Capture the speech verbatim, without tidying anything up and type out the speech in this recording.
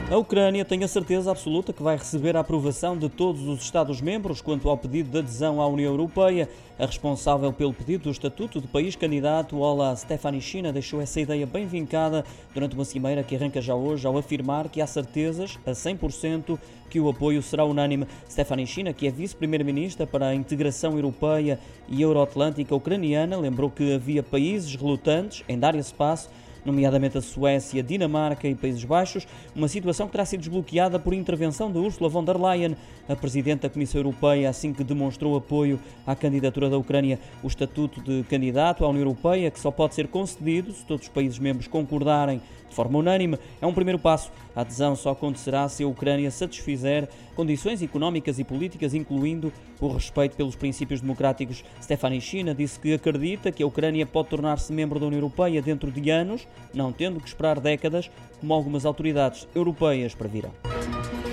A Ucrânia tem a certeza absoluta que vai receber a aprovação de todos os Estados-membros quanto ao pedido de adesão à União Europeia. A responsável pelo pedido do Estatuto de País Candidato, Olha Stefanishyna, deixou essa ideia bem vincada durante uma cimeira que arranca já hoje, ao afirmar que há certezas, a cem por cento, que o apoio será unânime. Stefanishyna, que é vice-primeira-ministra para a integração europeia e euroatlântica ucraniana, lembrou que havia países relutantes em dar esse passo, nomeadamente a Suécia, Dinamarca e Países Baixos, uma situação que terá sido desbloqueada por intervenção de Ursula von der Leyen, a Presidente da Comissão Europeia, assim que demonstrou apoio à candidatura da Ucrânia. O estatuto de candidato à União Europeia, que só pode ser concedido se todos os países-membros concordarem de forma unânime, é um primeiro passo. A adesão só acontecerá se a Ucrânia satisfizer condições económicas e políticas, incluindo o respeito pelos princípios democráticos. Stefanishyna disse que acredita que a Ucrânia pode tornar-se membro da União Europeia dentro de anos, não tendo que esperar décadas, como algumas autoridades europeias previram.